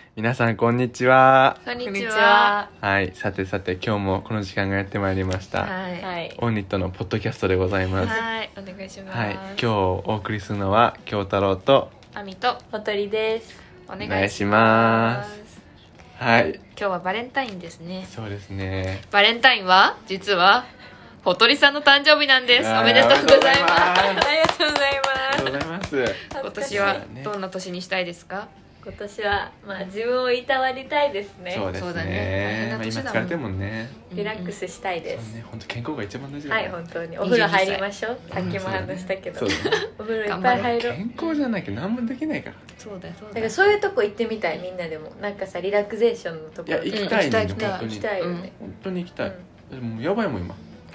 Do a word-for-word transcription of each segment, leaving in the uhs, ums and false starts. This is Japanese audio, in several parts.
皆さんこんにちは。 こんにちは。 はい、さてさて今日もこの時間がやってまいりました。 はいはい。 オンニットのポッドキャストでございます。 はい、お願いします。 はい、今日お送りするのは京太郎とあみとほとりです。 お願いします。 はい。 今日はバレンタインですね。 そうですね。 バレンタインは実はほとりさんの誕生日なんです。おめでとうございます。 ありがとうございありがとうございます。 今年はどんな年にしたいですか？ 今年はまあ自分をいたわりたいですね。 そうですね。 そうだね。 まあ、今疲れてるもんね。 リラックスしたいです。 そうね、本当健康が一番大事だね。 はい、本当にお風呂入りましょう。さっきも話したけど、 そうだね。 お風呂いっぱい入ろう。 健康じゃなきゃ何もできないから。 そうだよそうだよ。 だからそういうとこ行ってみたい、みんなでも。なんかさ、リラクゼーションのとこいや行きたいね、 うん行きたい本当に行きたいよね。 本当に行きたい。 うんでもやばいもん今。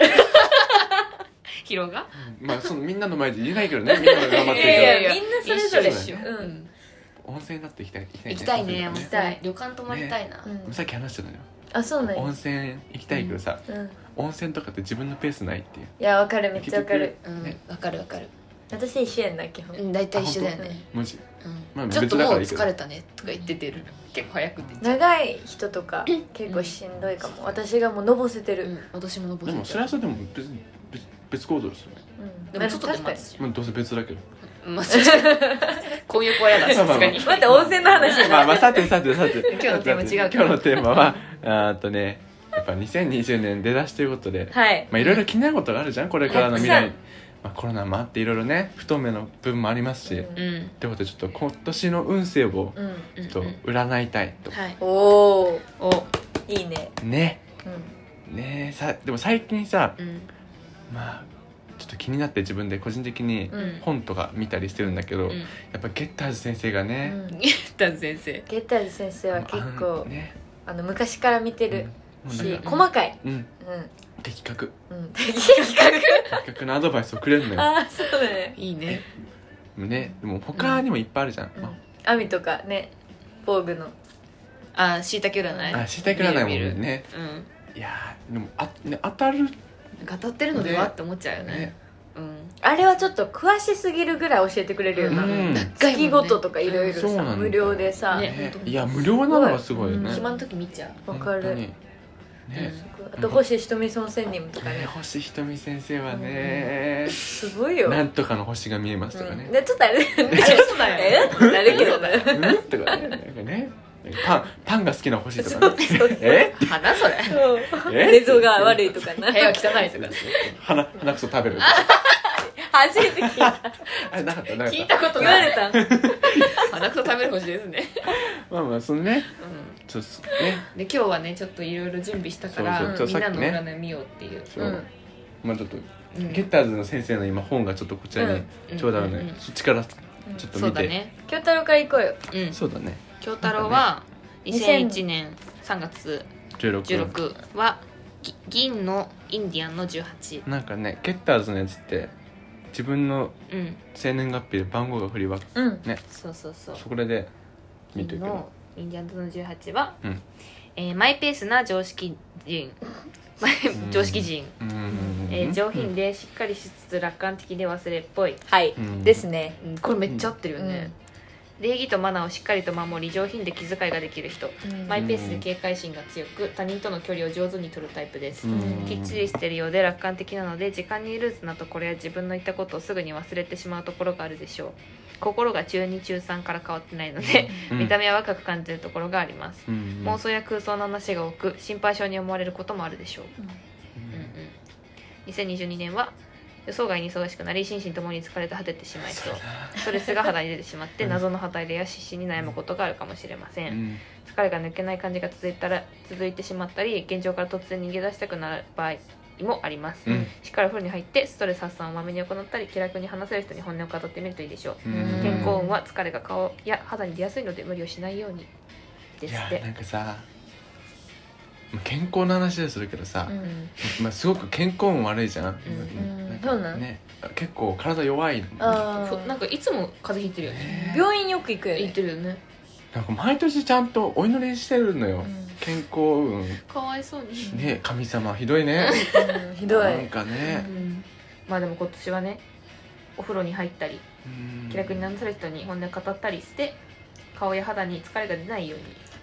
疲労が？ まあそのみんなの前で言えないけどね。みんなが頑張ってるけど。 いやいやみんなそれぞれ一緒一緒。 うん温泉だって行きたい行きたいね。 温泉行きたい。旅館泊まりたいな。 うんさっき話してたのよ。 あ、そうなんや。 温泉行きたいけどさ、 うん温泉とかって自分のペースないっていう。 いや、わかる、めっちゃわかる。 うん、わかるわかる。 私一緒やんな、基本。 うん、大体一緒だよね。 マジ。まあうん。ちょっともう別だからいいけど疲れたねとか言っててる。結構早く出ちゃう。 長い人とか結構しんどいかも。私がもうのぼせてる。 うん、私も登でせちゃう。 もそれはそれでも別に別別行動ですよね。 うんでもちょっとで確かに待つじゃん。 まあどうせ別だけど。 まあ、確かに婚約は嫌だ、さすがに。 待って、温泉の話になる。 まあまあさてさてさて今日のテーマ違うから今日のテーマはあーっとねやっぱにせんにじゅうねん出だしということで、 はい。 まあいろいろ気になることがあるじゃんこれからの未来たく。 まあコロナもあっていろいろね不透明の部分もありますし、 うんうん。 ってことでちょっと今年の運勢をうん。 ちょっと占いたいと、 はい。 おお、 お、 いいね。 ねうん。 ねさでも最近さうん。 まあちょっと気になって自分で個人的にうん本とか見たりしてるんだけど、 うん。 やっぱゲッターズ先生がね、 うんダン先生。 ゲッターズ先生は結あ構のねあの昔から見てるし、 うんもうなんか細かい。 うんうん的確うん。 的確なアドバイスをくれるのよああ、そうだね。 いいね。 ねでも他にもいっぱいあるじゃん、 うんま。 アミとかね、防具の。 あ、しいたけ占い。 ああ知りたくないもん見る見るねうん。 いやーでもあ、ね、当たる語ってるのではって思っちゃうよね。 ねうん。 あれはちょっと詳しすぎるぐらい教えてくれるよな。 うん月ごととかいろいろさ、 そうなんだ無料でさ。 ねね本当にいや無料なのがすごいよね、 うん暇の時見ちゃう。 わかる。 本当にね、 あと星ひとみ先生にもとかねね。 星ひとみ先生はね、 すごいよ。 なんとかの星が見えますとかね、 うんでちょっとあれ嘘だよ。 えってなるけどね。 うんとかねなんかねパンパンが好きな星とかねそうそうそうえ花それ。 え寝相が悪いとかな。 部屋は汚いとか。 鼻鼻くそ食べる初めて聞いた。 あれなかったなかった聞いたこと言わない。 れたん。 花くそ食べる星ですね。 まあまあそのねうそうっすねん。で今日はねちょっといろいろ準備したからそうそうみんなのさっきね占い見ようっていう。 そう、 うんまあちょっと、 うんゲッターズの先生の今本がちょっとこちらにうんちょうどあるね、 うんうんうんそっちからちょっと見て、 そうだね。 京太郎から行こうよ。 うん。 そうだね京太郎はにせんいちねんさんがつじゅうろくじゅうろくはぎ銀のインディアンのじゅうはち。 なんかねゲッターズのやつって自分のうん。 生年月日で番号が振り分けうん。 ねそうそうそう。 そこで見てるけど銀のインディアンズのじゅうはちは、 うんえーマイペースな常識人マイ常識人、 うんうんえー上品でしっかりしつつ楽観的で忘れっぽい、 はいうんですね。 うんこれめっちゃ合ってるよね、礼儀とマナーをしっかりと守り上品で気遣いができる人、 うんマイペースで警戒心が強く他人との距離を上手に取るタイプです、 うんきっちりしてるようで楽観的なので時間にルーズなところや自分の言ったことをすぐに忘れてしまうところがあるでしょう。心が中に中さんから変わってないので、 うん見た目は若く感じるところがあります、 うん妄想や空想の話が多く心配性に思われることもあるでしょう、 うんうんうん、にせんにじゅうにねんは予想外に忙しくなり心身ともに疲れて果ててしまいそうストレスが肌に出てしまって謎の肌荒れや湿疹に悩むことがあるかもしれません、 うん疲れが抜けない感じが続いたら続いてしまったり現状から突然逃げ出したくなる場合もあります、 うんしっかりお風呂に入ってストレス発散をまめに行ったり気楽に話せる人に本音を語ってみるといいでしょう、 うん健康運は疲れが顔や肌に出やすいので無理をしないようにでいやすってなんかさ健康の話でするけどさ、 うんまあ、すごく健康運悪いじゃん、 うんなんかそうなんね結構体弱いのあそうなんかいつも風邪ひいてるよねー病院よく行くよ言っね。 てるよねなんか毎年ちゃんとお祈りしてるのよ、 うん健康運かわいそうに、 ね神様ひどいねうんひどい。 なんかうね、 ん、まあでも今年はねお風呂に入ったりうん気楽に話せる人に本音を語ったりして顔や肌に疲れが出ないように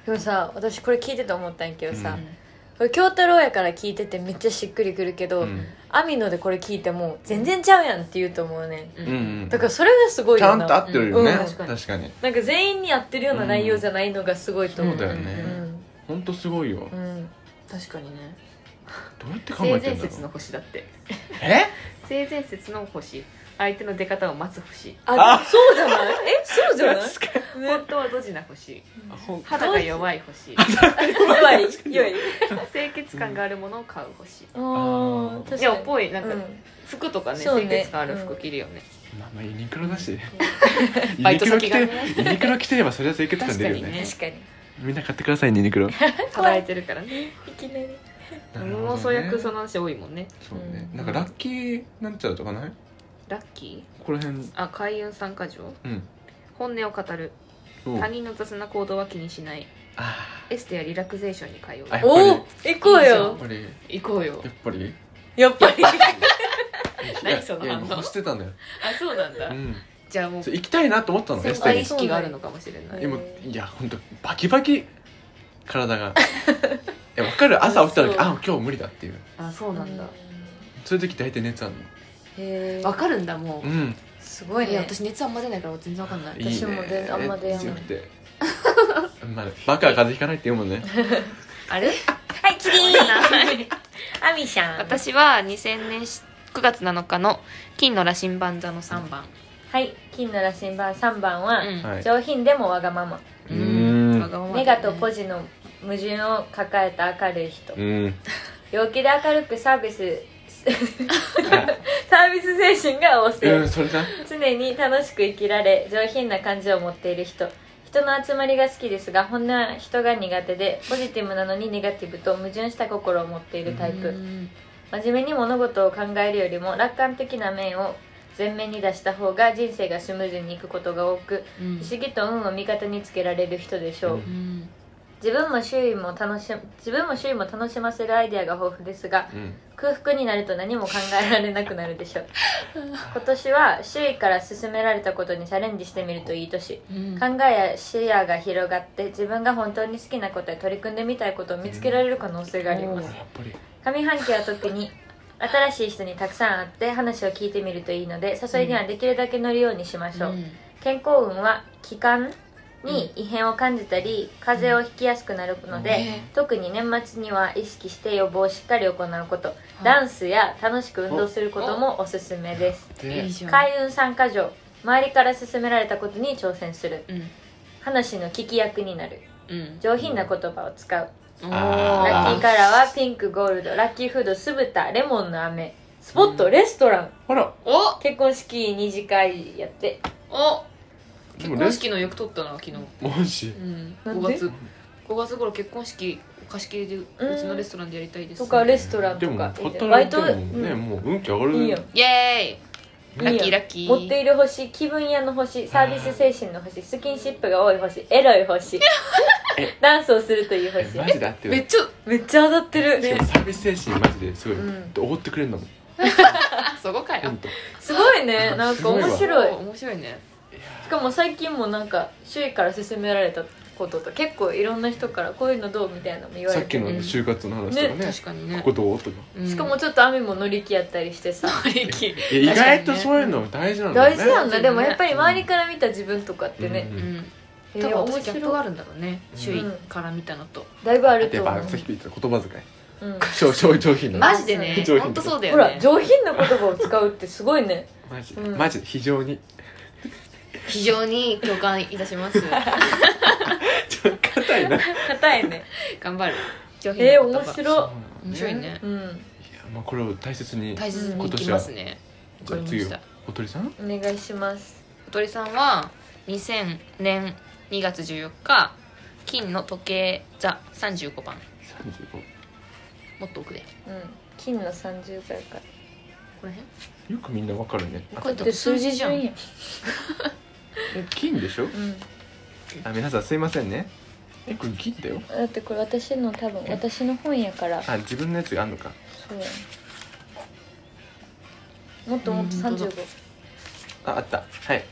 でもさ私これ聞いてて思ったんやけどさ、 うんこれ京太郎やから聞いててめっちゃしっくりくるけど、 うんアミノでこれ聞いても全然ちゃうやんって言うと思うね、 うんうんうんだからそれがすごいよなちゃんと合ってるよね、 うん確かになんか全員に合ってるような内容じゃないのがすごいと思う、 そうだよね、 うんほんとすごいよ、 うん確かにね。 どうやって考性えてんだろう善説の星だって。 え性善説の星、相手の出方を待つ星、 あそうじゃないえそうじゃない本当はドジな星、 あほん肌が弱い星、 弱い弱い清潔感があるものを買う星。 あー確かにいやっぽいなんか、 うん服とかねそうね清潔感ある服着るよね。 まあまあユニクロだしバイト先がねユニクロ着てればそれは清潔感出るよね確かにね確かにみんな買ってくださいねユニクロ働いてるからね。 いきなり妄想役その話多いもんね。 そうね、 うんなんかラッキーなんちゃうとかないラッキここら辺ー、あ、開運三箇条、 うん本音を語る、 お他人の雑な行動は気にしない、 あエステやリラクゼーションに通う。 あやっぱりおお行こういいじゃよんやっぱり行こうよや。っぱりやっぱり何そのいや反応いや欲してたのよ、 あ、そうなんだ。 うん、 じゃあもうそう行きたいなと思ったのエ先輩意ステに識があるのかもしれない。 でもいや本当バキバキ体がいや分かる朝起きた時そうあ今日無理だっていうあ、そうなんだ。 そういう時大体熱あるのへえわかるんだもう。 うんすごいねいや私熱あんま出ないから全然わかんない。 いいね私も全然あんま出やん強くてまあバカは風邪ひかないって言うもんねあれ？ はい次アミシャン私はにせんねんくがつなのかの金の羅針盤座のさんばん。 はい金の羅針盤さんばんは、 うんはい上品でもわがままうーんわがままだねネガとポジの矛盾を抱えた明るい人うん陽気で明るくサービスサービス精神が旺盛、 うんそれだ常に楽しく生きられ上品な感じを持っている人人の集まりが好きですが本音は人が苦手でポジティブなのにネガティブと矛盾した心を持っているタイプうん真面目に物事を考えるよりも楽観的な面を前面に出した方が人生がスムーズにいくことが多くうん不思議と運を味方につけられる人でしょう、 うんうん自分も周囲も楽し自分も周囲も楽しませるアイデアが豊富ですがうん空腹になると何も考えられなくなるでしょう今年は周囲から勧められたことにチャレンジしてみるといい年うん考えや視野が広がって自分が本当に好きなことや取り組んでみたいことを見つけられる可能性があります、 やっぱり上半期は特に新しい人にたくさん会って話を聞いてみるといいので誘いにはできるだけ乗るようにしましょう、 うん健康運は気管に異変を感じたり風邪をひきやすくなるので、 ね特に年末には意識して予防をしっかり行うこと、ダンスや楽しく運動することもおすすめです。 でいいじゃん。 開運三箇条周りから勧められたことに挑戦するうん話の聞き役になるうん。 上品な言葉を使うおーあラッキーカラーはピンクゴールドラッキーフード酢豚レモンの飴スポット、レストランほらお結婚式二次会やっておでもレス結婚式の役取ったな昨日。 マジうん。 なんでごがつごがつ頃結婚式貸し切りでうちのレストランでやりたいです。 とかレストランでもとかいいね働いてもね、 うんもう運気上がるいいよイエーイ。ラッキいいよーラッキー。 持っている星気分屋の星サービス精神の星スキンシップが多い星エロい星ダンスをするというえ星マジで合ってるめっちゃめっちゃ当たってる、 しかもサービス精神マジですごい、 うんおごってくれるんだもんあそこかよほん。とすごいねなんか面白い面白いね。 しかも最近もなんか周囲から勧められたことと結構いろんな人からこういうのどうみたいなのも言わさっきれての就活の話とかね確かにね。 ここどうとかうんしかもちょっと雨も乗り気やったりしてさ乗り気。 いや意外とそういうの大事なんだよね大事なんだ、 ねでもやっぱり周りから見た自分とかってね、 ううんん。 えー多分私面白いギャップがあるんだろうね。 うん周囲から見たのと。 だいぶああとやっると思う、 ぱさっき言った言葉遣いうん、 超超上品なマジでね上。品本当そうだよね。 ほら上品な言葉を使うってすごいねマジうんマジで非常に非常に共感いたします。 ちょっと硬いな硬いね頑張る。上品なえー、 言葉。 面白い面白いね。 うんいやまあこれを大切に大切にいきますね。 じゃあ次はおとりさんお願いします小鳥さんはにせんねんにがつじゅうよっか金の時計座さんじゅうごばん。 さんじゅうごもっと奥でうん金のさんじゅうばいからここら辺。 よくみんなわかるねこれだって数字じゃん。 やえ金でしょうんあ皆さんすいませんねえこれ金だよだってこれ私の多分私の本やからあ自分のやつがあんのかそうやもっともっとうんさんじゅうごああったはい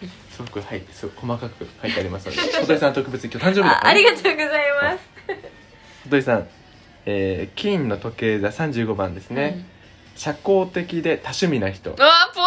すごくはいすごく細かく書いてありますので小鳥さん特別に今日誕生日だあから、ね、 ありがとうございます小鳥さん、えー、金の時計座さんじゅうごばんですね、うん、社交的で多趣味な人。 うわーぽ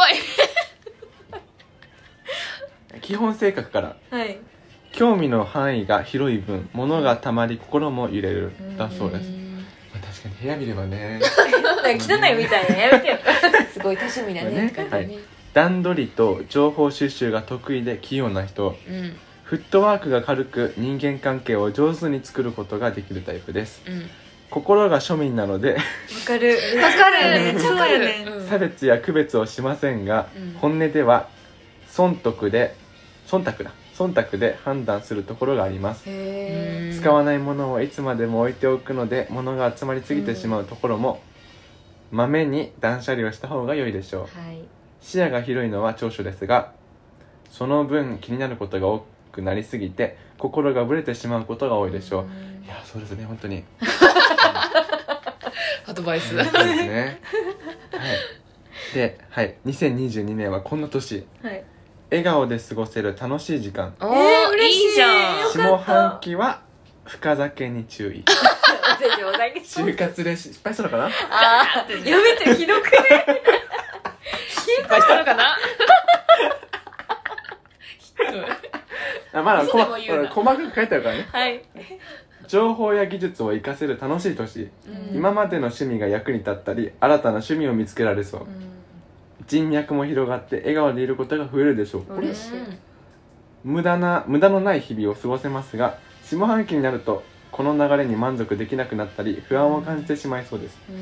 い基本性格からはい興味の範囲が広い分物がたまり心も揺れるだそうです。まあ、確かに部屋見ればねなんか汚いみたいなやめてよすごい多趣味なねねって感じだね、 はい、段取りと情報収集が得意で器用な人、 うん、 フットワークが軽く人間関係を上手に作ることができるタイプです、 うん、 心が庶民なのでわかるわかるめっちゃわかるね、 うん、 差別や区別をしませんが、 うん、 本音では忖度で忖度だ忖度で判断するところがあります。 へ使わないものをいつまでも置いておくので物が集まりすぎてしまうところも、うん、まめに断捨離をした方が良いでしょう、はい、視野が広いのは長所ですがその分気になることが多くなりすぎて心がぶれてしまうことが多いでしょう、うん、いやそうですね本当にアドバイスそうですねはいで、はい、にせんにじゅうにねんはこんな年、はい、笑顔で過ごせる楽しい時間。 えー、嬉しいじゃん。 下半期は深酒に注意。就活で失敗したのかな。ああ、やめてひどくね。 失敗したのかな。 あまだ細かく書いてあるからね。 はい。 情報や技術を活かせる楽しい年、うん、今までの趣味が役に立ったり新たな趣味を見つけられそう、うん、人脈も広がって笑顔でいることが増えるでしょう。 嬉しい。 無駄な無駄のない日々を過ごせますが下半期になるとこの流れに満足できなくなったり不安を感じてしまいそうです、うん、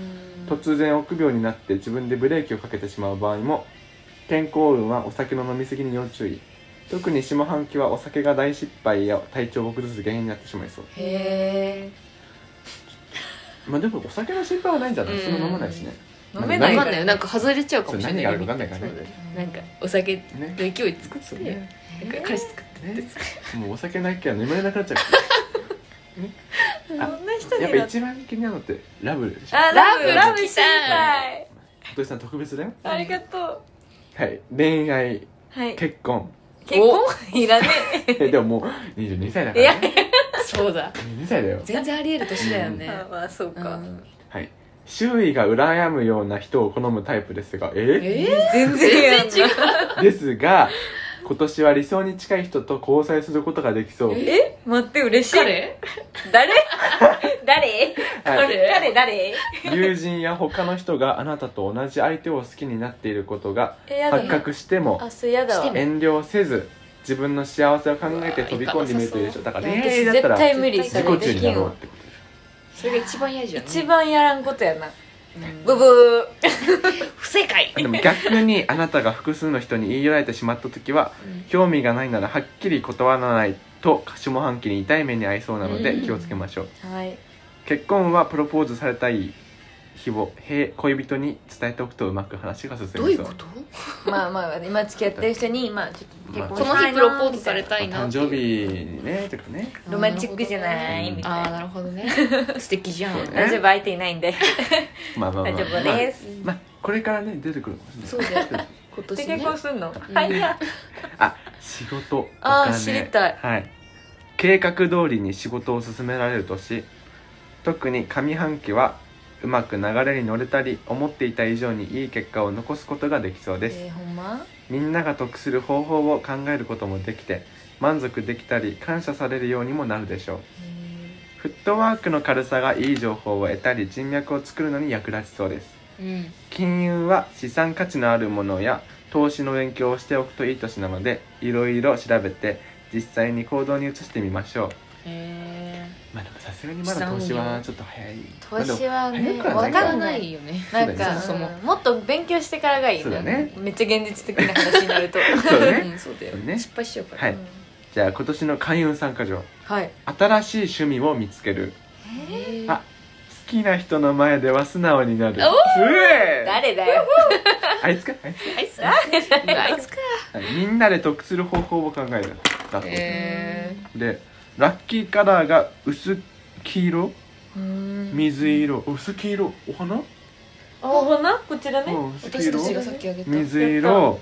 突然臆病になって自分でブレーキをかけてしまう場合も健康運はお酒の飲み過ぎに要注意。特に下半期はお酒が大失敗や体調を崩す原因になってしまいそう。 へー。まあでもお酒の心配はないんじゃない。それ飲まないしね。 飲めないからね。なんか外れちゃうかもしれない。 何があるか分かんないからね。 なんかお酒の勢い作って、ね、なんか彼氏作ってね。 もうお酒なきゃ眠れなくなっちゃう。ね。 そんな人にやっぱ一番気になるのってラブでしょ。 あ、ラブラブしたい。 小鳥さん特別だよ。 ありがとう。 はい。恋愛、はい、結婚。 結婚いらねえ。でももうにじゅうにさいだからね。 いやそうだ。 にじゅうにさいだよ。 全然あり得る年だよね。 あ、まあそうか。 はい。周囲が羨むような人を好むタイプですが、ええ全然違う。ですが、今年は理想に近い人と交際することができそう。 え待って嬉しい。 誰誰誰誰誰友人や他の人があなたと同じ相手を好きになっていることが発覚しても遠慮せず自分の幸せを考えて飛び込んでみるといいでしょう。だから恋愛だったら絶対無理。 自己中になろうってことでしょ。 それが一番嫌じゃん。 一番やらんことやな。ブブー不正解。 でも逆にあなたが複数の人に言い寄られてしまった時は、うん、興味がないならはっきり断らないと下半期に痛い目に遭いそうなので気をつけましょう、 うん、はい。 結婚はプロポーズされたい日を恋人に伝えておくとうまく話が進みそう。 どういうこと？ まあまあ今付き合ってる人にまあちょっと結婚この日プロポーズされたいな。 誕生日にねとかね。 ロマンチックじゃないみたいな。 ああなるほどね。素敵じゃん。 大丈夫相手いないんで。 まあまあまあ大丈夫です。 まあこれからね出てくる。 そうだよ。今年ね。 結婚すんの？はいや。 あ仕事お金。 あ知りたい。 はい。計画通りに仕事を進められる年。特に上半期はうまく流れに乗れたり思っていた以上にいい結果を残すことができそうです、 えー、ほんま？ みんなが得する方法を考えることもできて満足できたり感謝されるようにもなるでしょう。フットワークの軽さがいい情報を得たり人脈を作るのに役立ちそうです、うん、金運は資産価値のあるものや投資の勉強をしておくといい年なのでいろいろ調べて実際に行動に移してみましょう。へー。まあでもさすがにまだ投資はちょっと早い。 投資はね、 分からないよね。 なんかそももっと勉強してからがいいそうだね。 めっちゃ現実的な話になるとそうだね。 そうだよね。失敗しちゃうから。 はい。じゃあ今年の開運参加条。 はい。 新しい趣味を見つける。あ、好きな人の前では素直になる。 誰だよ。 あいつかあいつかあいつかあいつか。 みんなで得する方法を考える。だと。で。ラッキーカラーが薄黄色、水色、薄黄色、お花？ あ、お花？こちらね。 私たちがさっきあげた。 水色、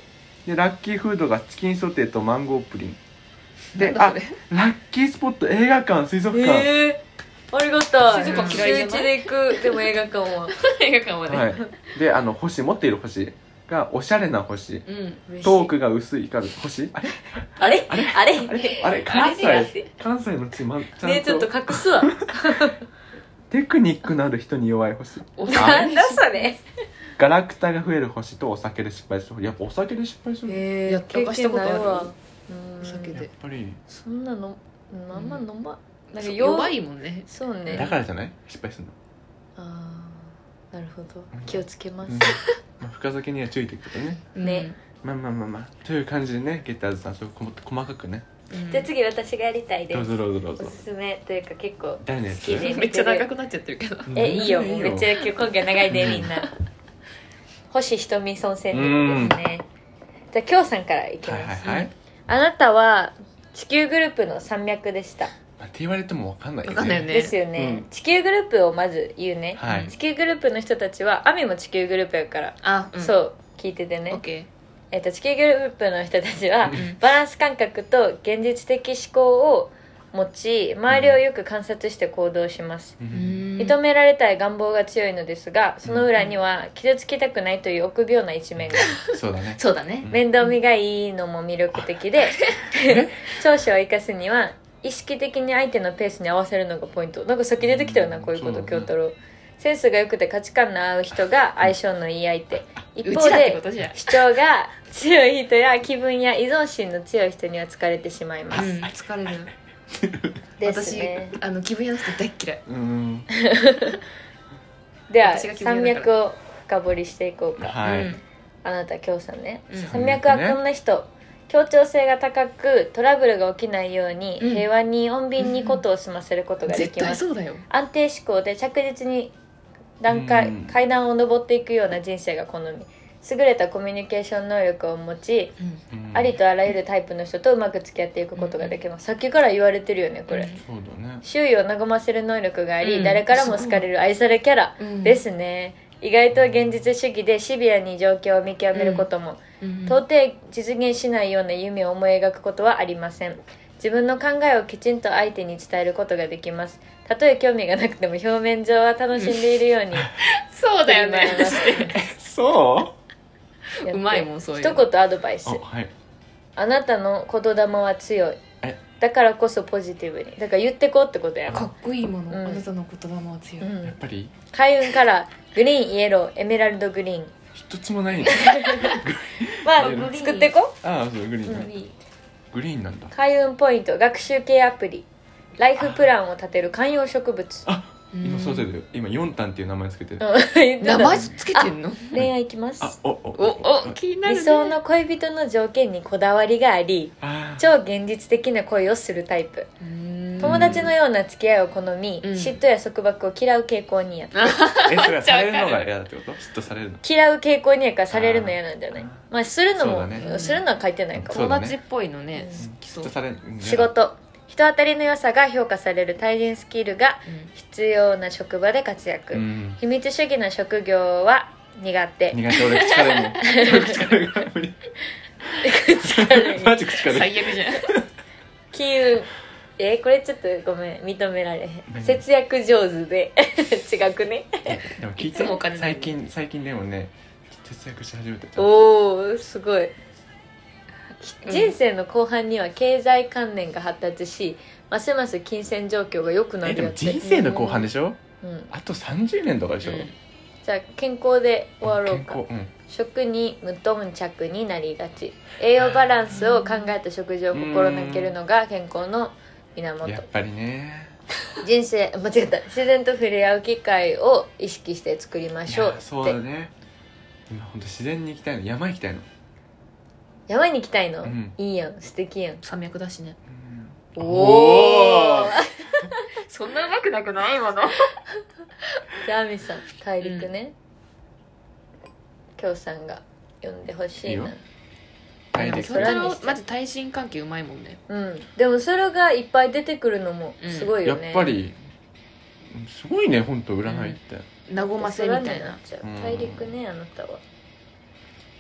でラッキーフードがチキンソテーとマンゴープリンで、あなんだそれラッキースポット映画館水族館、 えー、ありがたい。 水族館嫌いじゃない週一で行く。でも映画館は映画館はね、 はい、であの星持っている星がおしゃれな星、 うん嬉しい。 トークが薄い光る星あれあれあれあれあれあれ関あれ西関西の地まちゃんと、 ねえちょっと隠すわ。 テクニックのある人に弱い星おなんだそれ。 ガラクタが増える星とお酒で失敗する星やっぱお酒で失敗する、 えやったかしたことある経験ないわ。うんお酒でやっぱりそんなのあんま飲まなんかそうよ弱いもんね。 そうね。 だからじゃない失敗するの、 ああなるほどうん気をつけます。 うんまあ、深酒には注意ということね。 ねまあまあまあまあという感じでねゲッターズさんそうこ細かくねうんじゃあ次私がやりたいでどうす。 ぞどうぞどうぞおすすめというか結構誰のやつ好きでめっちゃ長くなっちゃってるけど。 えいいようんもうめっちゃ今日今回長いでみんな。星ひとみ孫戦略ですね。じゃあきょうさんからいきはいます。 はいはい、 あなたは地球グループの山脈でした。 まあ、って言われても分かんないよねわかんないよねですよね、 うん地球グループをまず言うね、 はい地球グループの人たちはアミも地球グループやから、 あ、うん、 そう聞いててね、 オッケえっと地球グループの人たちはんバランス感覚と現実的思考を持ち周りをよく観察して行動します、 うー。うんん認められたい願望が強いのですがその裏には傷つきたくないという臆病な一面がそうだねそうだね。 面倒見がいいのも魅力的で長所を生かすには意識的に相手のペースに合わせるのがポイント。なんかさっき出てきたよな、こういうことそう京太郎。センスが良くて価値観の合う人が相性のいい相手。一方うちらってでことじゃん。 主張が強い人や気分や依存心の強い人には疲れてしまいます、 うん、疲れる。 ですね。 私あの気分屋の人大っ嫌い。 うんでは私が気分山屋だから脈を深掘りしていこうか。 はい、 うんあなた京さんね、 うん山脈はこんな人、協調性が高くトラブルが起きないように、 うん平和に穏便にことを済ませることがで絶きます、 対そうだよ。 安定志向で着実に段階、 うん階段を上っていくような人生が好み、優れたコミュニケーション能力を持ち、 うんうんありとあらゆるタイプの人とうまく付き合っていくことができます、さっきから言われてるよねこれ、 うんそうだね周囲を和ませる能力があり、 うん誰からも好かれる愛されキャラうんですね、意外と現実主義でシビアに状況を見極めることも、 うん到底実現しないような夢を思い描くことはありません。自分の考えをきちんと相手に伝えることができます。たとえ興味がなくても表面上は楽しんでいるようにそうだよね。 振り回りそやってうまいもんそういうの一言アドバイス。 うあはいあなたの言霊は強いえ。 だからこそポジティブに。だから言ってこうってことやかろ。 っこいいもの、 うんあなたの言霊は強い、 うんやっ。ぱり開運カラーグリーンイエローエメラルドグリーン。 一つもないねまあグリーン作ってこ。 ああそうグリーン、 うんいいグリーンなんだ開運ポイント学習系アプリ。ライフプランを立てる観葉植物。 あ今そうだよ今ヨンタンっていう名前つけてるうん言ってた名前つけてんの？ 恋愛いきます。 あおおおお気になるね。 理想の恋人の条件にこだわりがありあー超現実的な恋をするタイプ。 うーん友達のような付き合いを好み、 うん嫉妬や束縛を嫌う傾向にやったえそれはされるのが嫌だってこと嫉妬されるの嫌う傾向にやからされるの嫌なんじゃないあーまあするのも、 そうだねするのは書いてないかもそうだね友達っぽいのね、 うん好きそう嫉妬されるうん仕事人当たりの良さが評価される対人スキルが必要な職場で活躍、 うん秘密主義な職業は苦手苦手俺口軽いもん口軽いから無理口軽いマジ口軽い最悪じゃん。 金運えーこれちょっとごめん認められへん何節約上手で違くねでも聞いいつもお金ない最近最近でもね節約し始めたおおすごい、 うん人生の後半には経済観念が発達しますます金銭状況が良くなえでもるよって人生の後半でしょうん、 あとさんじゅうねんとかでしょうんじゃあ健康で終わろうか健康うん食に無頓着になりがち栄養バランスを考えた食事を心がけるのが健康の源やっぱりね人生間違った自然と触れ合う機会を意識して作りましょうっていやそうだね今本当自然に行きたいの山行きたいの山に行きたいの、 うんいいやん素敵やん山脈だしね。 うんおーそんな上手くなくない今の。 じゃあアミさん大陸ね、きょうさんが読んでほしいな。 いいよ大陸それはまず対人関係うまいもんね。 うんでもそれがいっぱい出てくるのもすごいやよね、 っぱりすごいね本当占いって、 和ませみたいな。 っちゃううん大陸ねあなたは。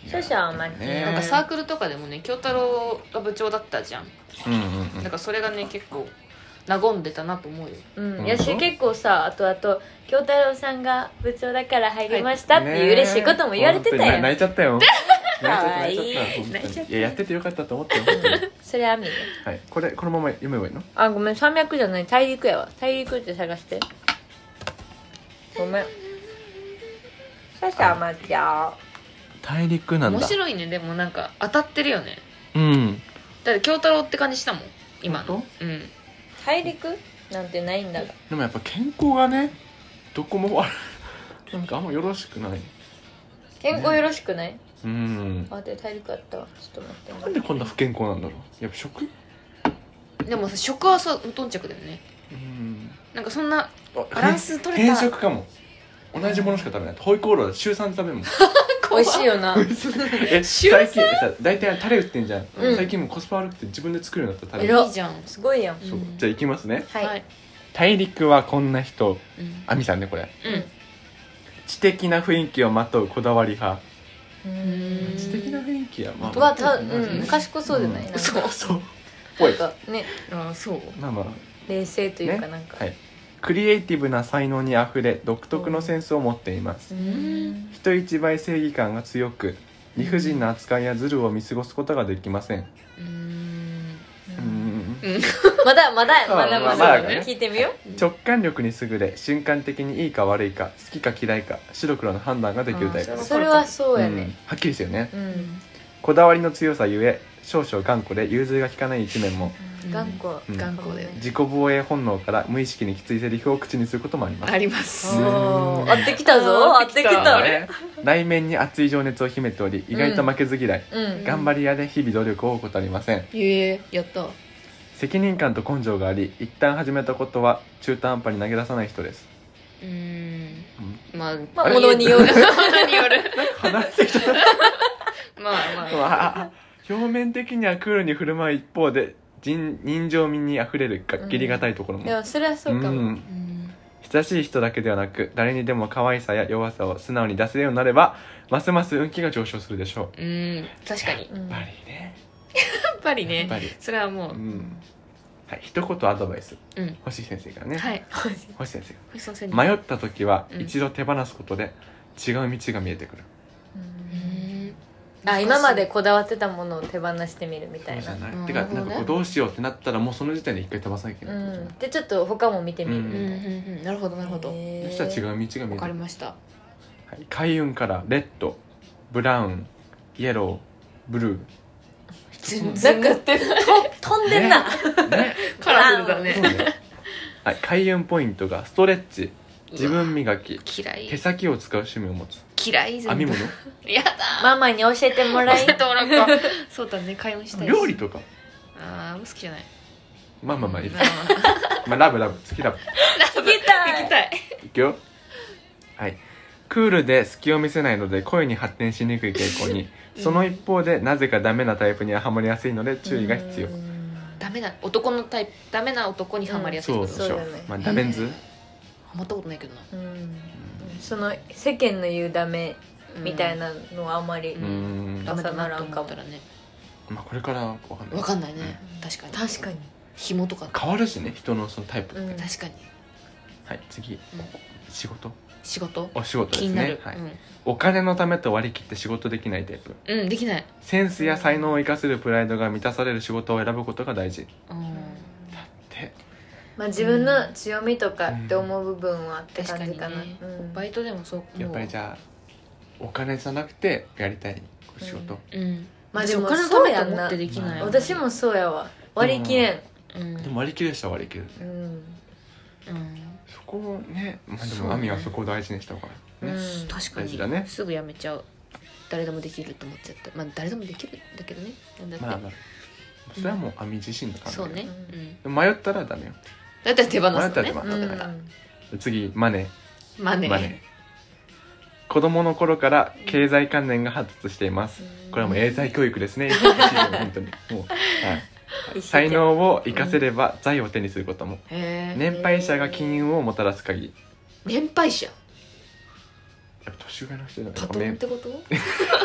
少々甘きねなんかサークルとかでもね京太郎が部長だったじゃん、 うんうんうんだからそれがね結構和んでたなと思うよ。 うん、 んやし結構さあとあと京太郎さんが部長だから入りましたっていう嬉しいことも言われてたねえよ、 泣いちゃったよ泣いちゃったかわいい泣いちゃった本当に泣いちゃったいややっててよかったと思ったよ本当にそれはみねはいこれこのまま読めばいいのあごめん山脈じゃない大陸やわ大陸って探してごめん少々甘きゃ大陸なんだ面白いね。でもなんか当たってるよね。 うんだって京太郎って感じしたもん今の。 本うん大陸なんてないんだがでもやっぱ健康がねどこも悪いなんかあんまよろしくない健康よろしくない、 うんあで大陸あったわちょっと待ってなんでこんな不健康なんだろうやっぱ食でもさ食はさ無頓着だよね。 うんなんかそんなあバランス取れた変色かも同じものしか食べないホイコーローは週さんで食べるもん美味しいよなえ最近さ大体タレ売ってんじゃん、 うん最近もうコスパ悪くて自分で作るようになったタレ偉っいいじゃん。 すごいやんそううんじゃあいきますねはい、 はい。 大陸はこんな人うん亜美さんねこれうん知的な雰囲気をまとうこだわり派ううん知的な雰囲気はまあはた、 まあうん、賢そうじゃない、 うんなんかそうそうぽいなんかねああそう。 まあまあ冷静というかねなんか、 はいクリエイティブな才能にあふれ独特のセンスを持っていますう、ん人一倍正義感が強く理不尽な扱いやズルを見過ごすことができませんうーんうんうんまだまだまだままだだね聞いてみよ直感力に優れ瞬間的にいいか悪いか好きか嫌いか白黒の判断ができるタイプあーうそれはそうやうんねはっきりしてるねうん、 こだわりの強さゆえ少々頑固で融通が利かない一面も頑固、 うん頑固だよね。 自己防衛本能から無意識にきついセリフを口にすることもありますあります。 おー合ってきたぞ合ってきたね内面に熱い情熱を秘めており意外と負けず嫌い、 うん頑張り屋で日々努力を怠りませんええやった。 責任感と根性があり一旦始めたことは中途半端に投げ出さない人です、 うーんうん、 まあまああれ物による物による。 離れてきたまあまあまあ表面的にはクールに振る舞う一方で人人情味にあふれるか切りがたいところも、 でもそれはそうかも、 んうん親しい人だけではなく誰にでも可愛さや弱さを素直に出せるようになればますます運気が上昇するでしょううん確かに。 うんやっぱりねやっぱりねやっぱりそれはもううんはい一言アドバイスうん星先生からね、 はい星先生星野先生。 迷った時はうん一度手放すことで違う道が見えてくる、 うーんあ今までこだわってたものを手放してみるみたそういなじゃない、 うんてかなるほどねなんかこうどうしようってなったらもうその時点で一回飛ばさなきゃいけうないってことじゃないんでちょっと他も見てみるううんうんうんなるほどなるほど。 へーそしたら違う道が見えてわくる、 かりました。 はい、開運からレッドブラウンイエローブルー全なん然かと飛んでんな、 ねカラフルだそうね。 ねはい、開運ポイントがストレッチ自分磨き嫌い手先を使う趣味を持つ嫌い全部編み物やだママに教えてもらい教えてもらおうか。そうだね開運したいし。 料理とかああ好きじゃない。 まあまあまあいいまあまあまあラブラブ好きラブ聞きたい行きたい。 いくよはいクールで隙を見せないので恋に発展しにくい傾向にその一方でなぜかダメなタイプにはハマりやすいので注意が必要ダメな男のタイプダメな男にはまりやすいってこと。 そうでしょそうだねまあダメンズハマったことないけどな。 うんその世間の言うダメみたいなのはあんまり、 うーんダメだなと思ったらね。 まあこれからわかんないわかんないね。確かに。 確かに、 紐とか変わるしね人のそのタイプって、 うん確かに。 はい次仕事仕事お仕事です気になる。。 ねはい、お金のためと割り切って仕事できないタイプうんうんできない。 センスや才能を生かせるプライドが満たされる仕事を選ぶことが大事うんってまあ、自分の強みとかって思う部分はって確かに感じかな、 ねうんバイトでもそうやっぱりじゃあお金じゃなくてやりたい仕事、 うんまあでもお金のためと思ってできないよね。 私もそうやわ割り切れんうんでも割り切る人は割り切るうん、 うんそこをね、まあ、でそうねも亜美はそこを大事にした方がね、 うん確かに大事だねすぐやめちゃう。誰でもできると思っちゃった。まあ誰でもできるんだけどね。なんだって、 まあまあそれはもう亜美自身の考え、 そうね、 うんうん、 でも迷ったらダメよだったら手放すの迷ったら手ね放うんだからで次マネマネーマネ子供の頃から経済観念が発達していますこれはもう英才教育ですね本当にもう、はい、才能を生かせれば財を手にすることもへえ、 年配者が金運をもたらす限り年配者やっぱ年上の人じゃないパトンってこと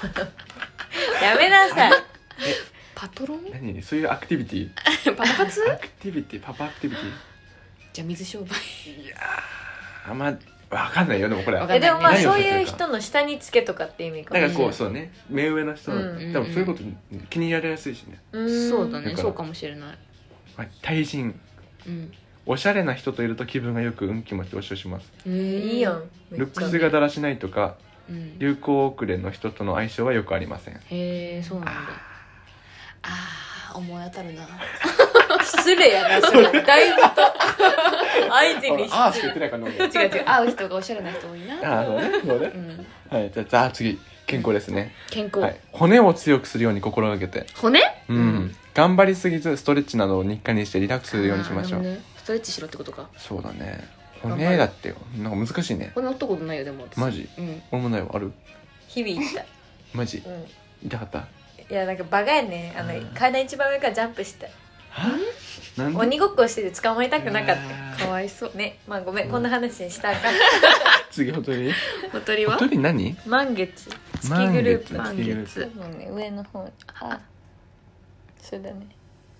やめなさい。 パトロン何そういうアクティビティパパ活アクティビティパパアクティビティじゃあ水商売いやーまあわかんないよでもこれわかんないえでもまあ何をそうされてるかいう人の下につけとかって意味かもなんかこうしそうね目上の人の、 うん多分そういうこと気に入られやすいしね、 れない。 そうだだからねそうかもしれないまあ、対人うんおしゃれな人といると気分がよく運気も上昇しますえいいやん。めっちゃルックスがだらしないとかうん流行遅れの人との相性はよくありませんへえそうなんだあー思い当たるな失礼やなそれ。だいぶと相手にああしか言ってないから飲んで違う違う会う人がおしゃれな人多いなああそうねそうねうんはいじゃあじゃあ次健康ですね、 健康、 はい、骨を強くするように心がけて骨うん、 うん頑張りすぎずストレッチなどを日課にしてリラックスするようにしましょう、 あーなるほどねストレッチしろってことかそうだね頑張る骨だってよなんか難しいね骨折ったことないよでも私マジうん俺もないわある日々言った。 マジうん。 痛かったいやなんかバカやねあのうん階段一番上からジャンプした。 なんで鬼ごっこしてて捕まえたくなかっあーかわいそうた。ねまあごめんこんな話にしたらあかん。 次ほとり小鳥はほとり何満月月満グループ。 月満月グループ月もうね上の方あそうだね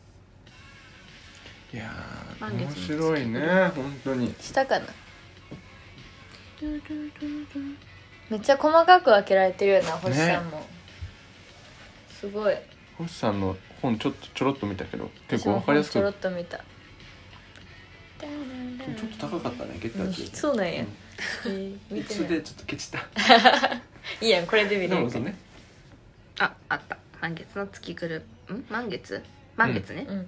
いやー満月の月面白いね本当に下かな。めっちゃ細かく分けられてるよな星さんも、すごい。 星さんの本ちょっとちょろっと見たけど結構わかりやすくちょろっと見た。 ちょっと高かったね月うん圧そうなんや、 うんえー見てないそれでちょっとケチったいいやんこれで見れるからでもそうねああった満月の月グループん満月満月ね、 うん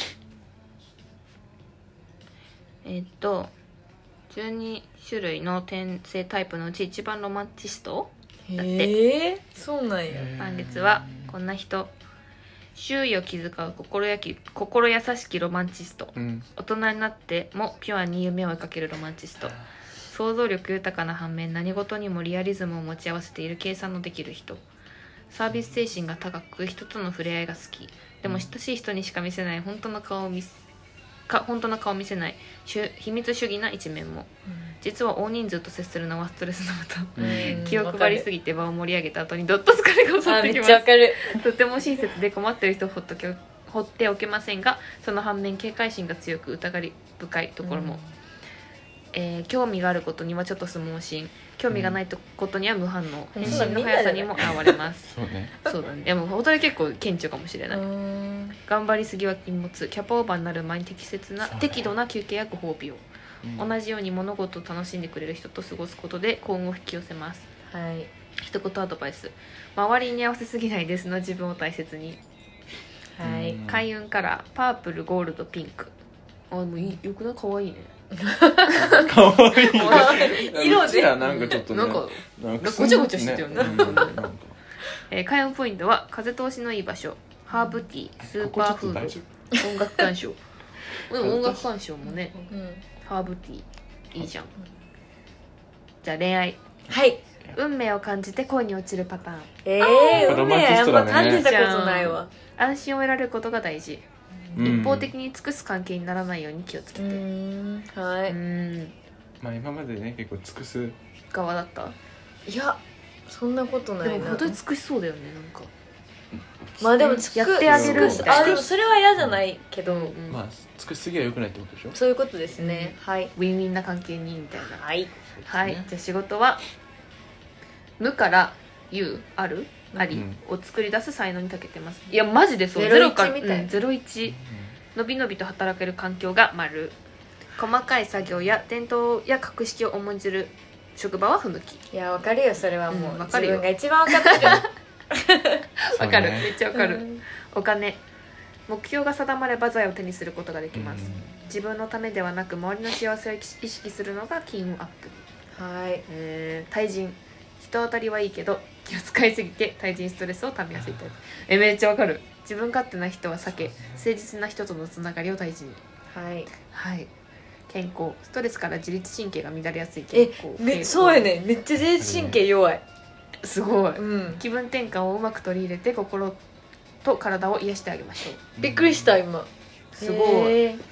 えーっとじゅうに種類の転生タイプのうち一番ロマンチストだってへえそうなんや。 満月はこんな人周囲を気遣う心やき心優しきロマンチストうん大人になってもピュアに夢を追いかけるロマンチスト想像力豊かな反面何事にもリアリズムを持ち合わせている計算のできる人サービス精神が高く人との触れ合いが好きでも親しい人にしか見せない本当の顔を見せか本当の顔を見せないしゅ秘密主義な一面も実は大人数と接するのはストレスのもとうん気を配りすぎて場を盛り上げた後にどっと疲れが襲あめっってきますちゃわかる。 とても親切で困ってる人をほっとけ放っておけませんがその反面警戒心が強く疑り深いところも、えー興味があることにはちょっと相撲心興味がないとことには無反応、 うん返信の速さにも現れますそうねそうだねいやもう本当に結構顕著かもしれない、 うん頑張りすぎは禁物キャパオーバーになる前に適切なそうね適度な休憩やご褒美を、 うん同じように物事を楽しんでくれる人と過ごすことで幸運を引き寄せますはい一言アドバイス周りに合わせすぎないですの自分を大切にはい、 うん開運カラーパープルゴールドピンクあもういいよくないかわいいねかわいい色でうちらなんかちょっとねなんかなんかごちゃごちゃしてたよねうんなんかえー開運ポイントは風通しのいい場所ハーブティースーパーフーここちょっと大丈ド音楽鑑賞でも音楽鑑賞もねうん、 ハーブティーいいじゃんじゃあ恋愛はい運命を感じて恋に落ちるパターンええー、 ロマンチストだね運命あんま感じたことないわ。 安心を得られることが大事、 うん一方的に尽くす関係にならないように気をつけうてんはうい、 んまあ今までね結構尽くす側だったいやそんなことないな。 でも本当に尽くしそうだよねなんかまあでもつくやってあげる尽くすみたいなあでもそれは嫌じゃないけど、 うんまあ尽くしすぎは良くないってことでしょそういうことですね、はいウィンウィンな関係にみたいなはいはい、じゃあ仕事は無から有あるありうんを作り出す才能に長けてますいやマジでそうゼロイチからみたいうんゼロイチのびのびと働ける環境が丸細かい作業や伝統や格式を重んじる職場は不向きいやわかるよそれはもう、 うんわかるよ自分が一番わかってるわかる、 そうねめっちゃわかる、 うんお金目標が定まれば財を手にすることができます、自分のためではなく周りの幸せを意識するのが金運アップはいえー対人人当たりはいいけど気を使いすぎて対人ストレスをためやすいタイプえめっちゃわかる自分勝手な人は避け誠実な人とのつながりを大事にはいはい健康ストレスから自律神経が乱れやすいえ健康めそうやねめっちゃ自律神経弱い、 すごいうん気分転換をうまく取り入れて心と体を癒してあげましょうびっくりした今すごいへー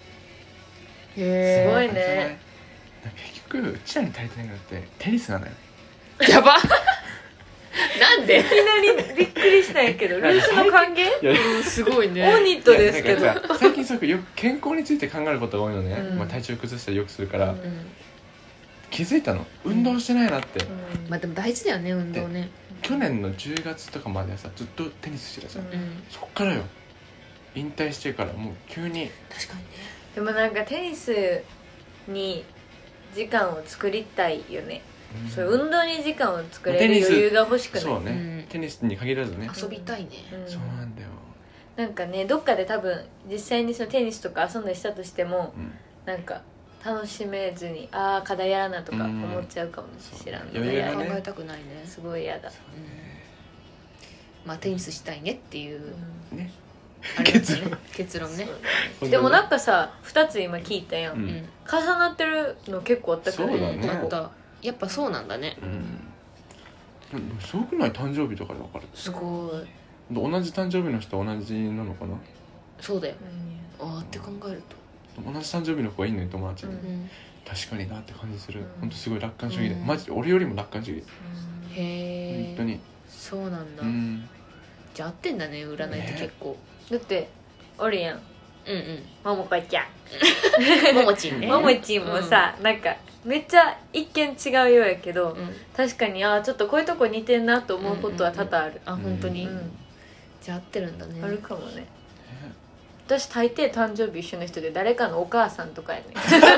へすごいねね結局うちらに足りてないのってテニスなのよやばななんでいきなりびっくりしたんやけどルースの還元いやうんすごいねオニットですけどいやなんかさ最近すごくよく健康について考えることが多いのね、 うんまあ、体調崩したりよくするから、 うん気づいたの運動してないなって、 うんまあでも大事だよね運動ね去年のじゅうがつとかまではさずっとテニスしてたじゃん、 うんうんそっからよ引退してからもう急に確かにねでもなんかテニスに時間を作りたいよね、 うんそう運動に時間を作れテニスる余裕が欲しくないそうね、 うんテニスに限らずね、 遊びたいねうんそうなんだよ、 なんかねどっかで多分実際にそのテニスとか遊んだりしたとしてもうん、 なんか楽しめずにああ課題やらなとか思っちゃうかもしらんのうん余裕がね考えたくないねすごい嫌だ、 うんまあテニスしたいねっていううんねあれだね結論結論ねそうでもなんかさふたつ今聞いたやん、 うんうん重なってるの結構あったくないそうだねあったやっぱそうなんだねうんでもすごくない誕生日とかで分かるすごい同じ誕生日の人は同じなのかなそうだようんああって考えると同じ誕生日の子がいいのに友達に、 うんうん確かになって感じする、 うんほんとすごい楽観主義で、 うんマジで俺よりも楽観主義、 へえ本当にそうなんだうんじゃあ合ってんだね占いって結構だっておるやんうんうんももこちゃんももちんねももちんもさ、なんかめっちゃ一見違うようやけど、 うん確かにあーちょっとこういうとこ似てんなと思うことは多々ある、 あ本当にうんじゃあ合ってるんだねあるかもね私大抵誕生日一緒の人で誰かのお母さんとかやね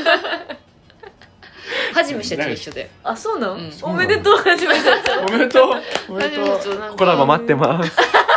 はじめしちゃ一緒であそうなん、 うんおめでとうはじめちゃんおめでとうおめでとうはじめちゃんなんかコラボ待ってます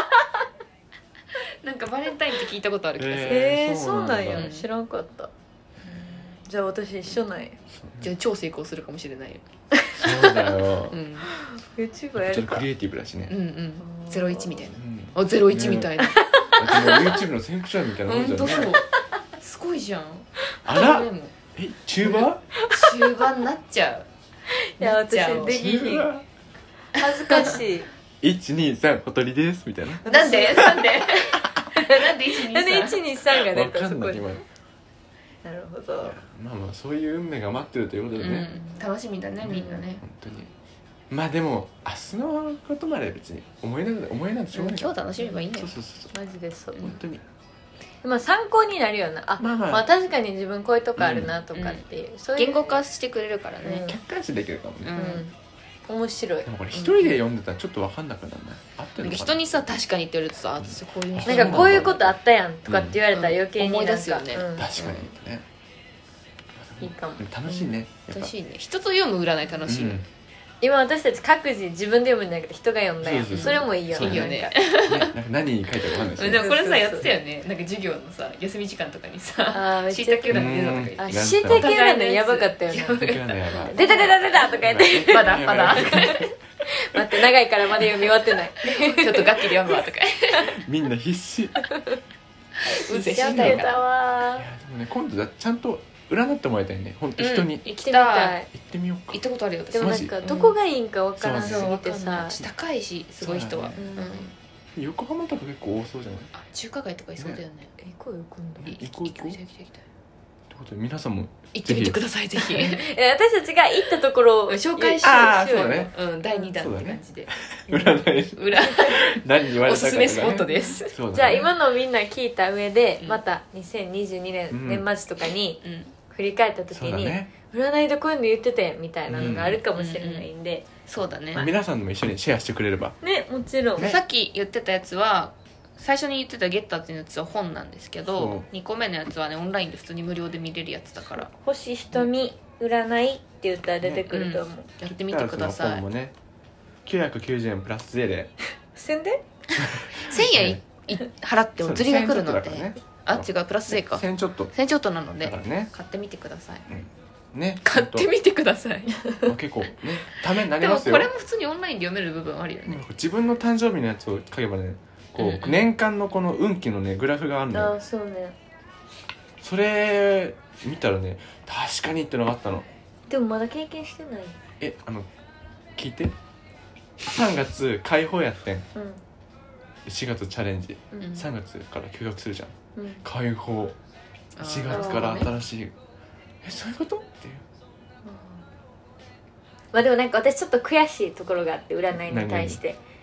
なんかバレンタインって聞いたことある気がするえー、 そそううなだなんんや知らんかったじゃあ私一緒なんやじゃあ超成功するかもしれないよそうだようん YouTube やるかちょっとクリエイティブだしねうんうんゼロイチみたいなうんあゼロイチみたいなでも YouTube の先駆者みたいなもんじゃん本当そうねすごいじゃんあらでもえ中盤終盤になっちゃういや私なっちゃうできひん中盤恥ずかしいいちにさん小鳥ですみたいななんでなんでなんで一二なんでいち三にさんが出わかたそこにんない今なるほどまあまあそういう運命が待ってるということでね、 うん楽しみだねみんなね本当にまあでも明日のことまで別に思いながら思いなんてしょうがない今日楽しめばいいんだよそうそうそうそうマジでそう本当にまあ参考になるよなあ、 まあまあまあ確かに自分こういうとこあるなとかっていう、そういう言語化してくれるからねうん客観視できるかもね、 うんうん面白いでもこれ一人で読んでたらちょっと分かんなくなるな合ってなんかるのかな人にさ確かにって言われるとさあ私こういう人なんかこういうことあったやんとかって言われたら余計になんか、 うん思い出すよねうん確かにね、 いいかもでも楽しいね、やっぱ楽しいね人と読む占い楽しいよ、 うん今私たち各自自分で読むんじゃなくて人が読んだやんそそうそうそうれもいいよそういいよねなんかね、なんか何書いてあるか分かんないしでもこれさそうそうそうやってたよねなんか授業のさ休み時間とかにさあーめっちゃしいたけ占い出たとか言ってあしいたけ占いやばかったよねやばいやばい出た出た出たとか言ってまだまだ待って長いからまだ読み終わってないちょっと楽器で読むわとかみんな必死いうぜやっしんどいからてたわやでもね今度だちゃんと占ってもらいたいね本当人に、 うん行行ってみきたいたい行ってみようか行ったことあるよ私でもなんマジかどこがいいんかわからんすそうぎてさ高いしすごい人は、 そうだねうん横浜とか結構多そうじゃないあ中華街とかいそうだよね行こうよ今度い行こう行こう行きたい行きたい行きたいってことで皆さんも行ってみてくださいぜひえ私たちが行ったところを紹介しあーしよそうだねうんだいにだんって感じで、 占い裏何言われたかとかねおすすめスポットですそうだねじゃあ今のみんな聞いた上で、 うんまたにせんにじゅうにねん、 うん年末とかにうん振り返った時に、 そうだね占いでこういうの言っててみたいなのがあるかもしれないんで、 そうだね、 皆さんも一緒にシェアしてくれればねもちろん、 ねさっき言ってたやつは最初に言ってたゲッターっていうやつは本なんですけそどうにこめのやつはねオンラインで普通に無料で見れるやつだから星瞳占いって言ったら出てくると思う、 やってみてくだそさいの本もねきゅうひゃくきゅうじゅうえんプラス税で宣伝せんえんいい払ってお釣りが来るので、 せんちょっとだからねあ違うプラス税かせんちょっとせんちょっとなのでだからね買ってみてくださいね買ってみてくださいまあ結構ねためになりでもますよこれも普通にオンラインで読める部分あるよね自分の誕生日のやつを書けばねこう、 うんうん年間のこの運気のねグラフがあるのよああそうねそれ見たらね確かにってのがあったのでもまだ経験してないえあの聞いてさんがつ開放やってんうしがつチャレンジんうんさんがつから休学するじゃんうん開放あーしがつから新しいえそういうことっていうまあでもなんか私ちょっと悔しいところがあって占いに対して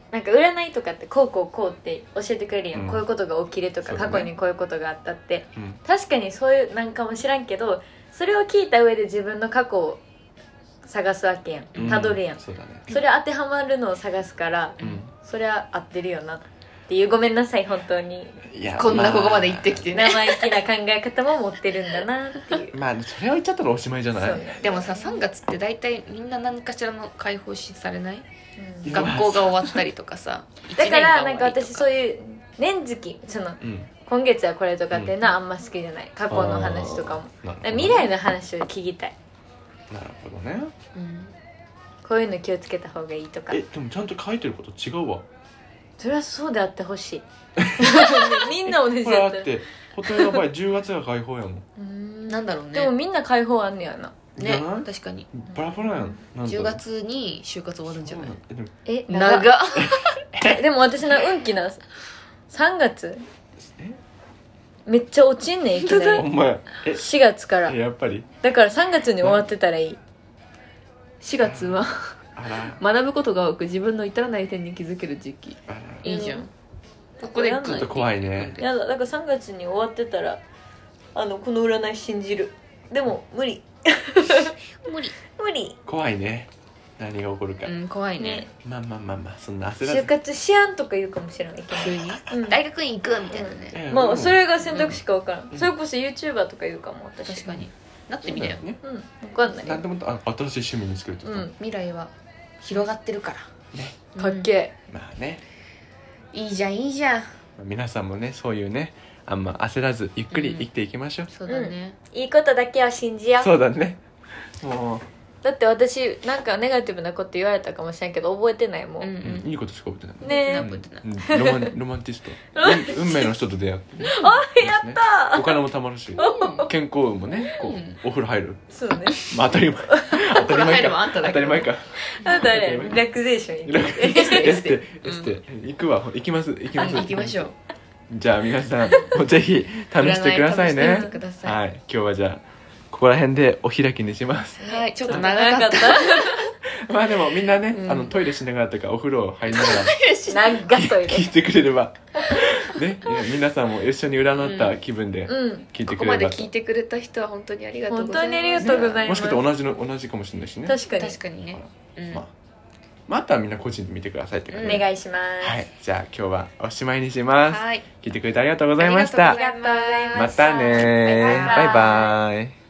なんか占いとかってこうこうこうって教えてくれるやん、 うんこういうことが起きるとか、 そうだね過去にこういうことがあったって、 うん確かにそういうなんかも知らんけど、それを聞いた上で自分の過去を探すわけやうんん、たどるやん、 そうだねそれ当てはまるのを探すから、 うんそれは合ってるよなっていう、ごめんなさい本当にいやこんなここまで行ってきてね、 生意気な考え方も持ってるんだなっていうまあそれを言っちゃったらおしまいじゃないそうね、 でもささんがつって大体みんな何かしらの解放しされない、 うんや学校が終わったりとかさだからなんか私うそういう年月そのうん今月はこれとかっていうのはあんま好きじゃない、過去の話とかも、 あーなるほどね未来の話を聞きたい、 なるほどねん、 こういうの気をつけた方がいいとか、 えでもちゃんと書いてること違うわそれはそうであってほしいみんな同じこれだっらあったてホトの場合じゅうがつが解放やもんうーんなんだろうねでもみんな解放あんねやなねじゃない確かにバラバラやんなんだろうじゅうがつに就活終わるんじゃないえでもえ長っっでも私の運気なさんがつえめっちゃ落ちんねんいきなりほんまやえしがつからえやっぱりだからさんがつに終わってたらいいしがつはあら学ぶことが多く自分の至らない点に気づける時期あらいいじゃん、 うんここでグッちょっと怖いねやだだからさんがつに終わってたらあのこの占い信じるでも無理無理無理怖いね何が起こるかうん怖いねねまあまあまあまあそんな焦らず就活しやんとか言うかもしれない急にうん大学院行くみたいなね、 ええまあそれが選択肢か分からん、 うんそれこそ YouTuber とか言うかも私確かになってみなよ、 ねうん分かんないなんでもあ新しい趣味に作るってことうん未来は広がってるからねかっけまあねいいじゃんいいじゃん皆さんもねそういうねあんま焦らずゆっくり生きていきましょう、 そうだね、 えいいことだけは信じようそうだねもだって私なんかネガティブなこと言われたかもしれんけど覚えてないもん、 うんう、 うんうんいいことしか覚えてないねえ覚えてないうんロマンロマンティスト運運命の人と出会ってねあやったお金も貯まるし健康運もねこう、 うんお風呂入るそうねまあ当たり前当たり前入るかもあんただけ当たり前かあとあれリラクゼーション行くエステエステうんエステ行くわ行きます行きます行きましょうじゃあ皆さんもぜひ試してください占い試ねしてみてくださいはい今日はじゃあここら辺でお開きにしますはいちょっと長かったまあでもみんなね、 うんあのトイレしながらとかお風呂入りながら長っとい聞いててくれればねいや皆さんも一緒に占った気分でうん聞いてここまでくれればと、 聞いてくれた人は本当にありがとう本ございます当にありがとうございますもしかして同じの同じかもしれないしね確かに確かにね、うんまあ、まあ、あとはみんな個人で見てくださいって感じで、 お願いしますはいじゃあ今日はおしまいにします、 はい聞いてくれてありがとうございましたありがとうございますまたねバイバイバイバイ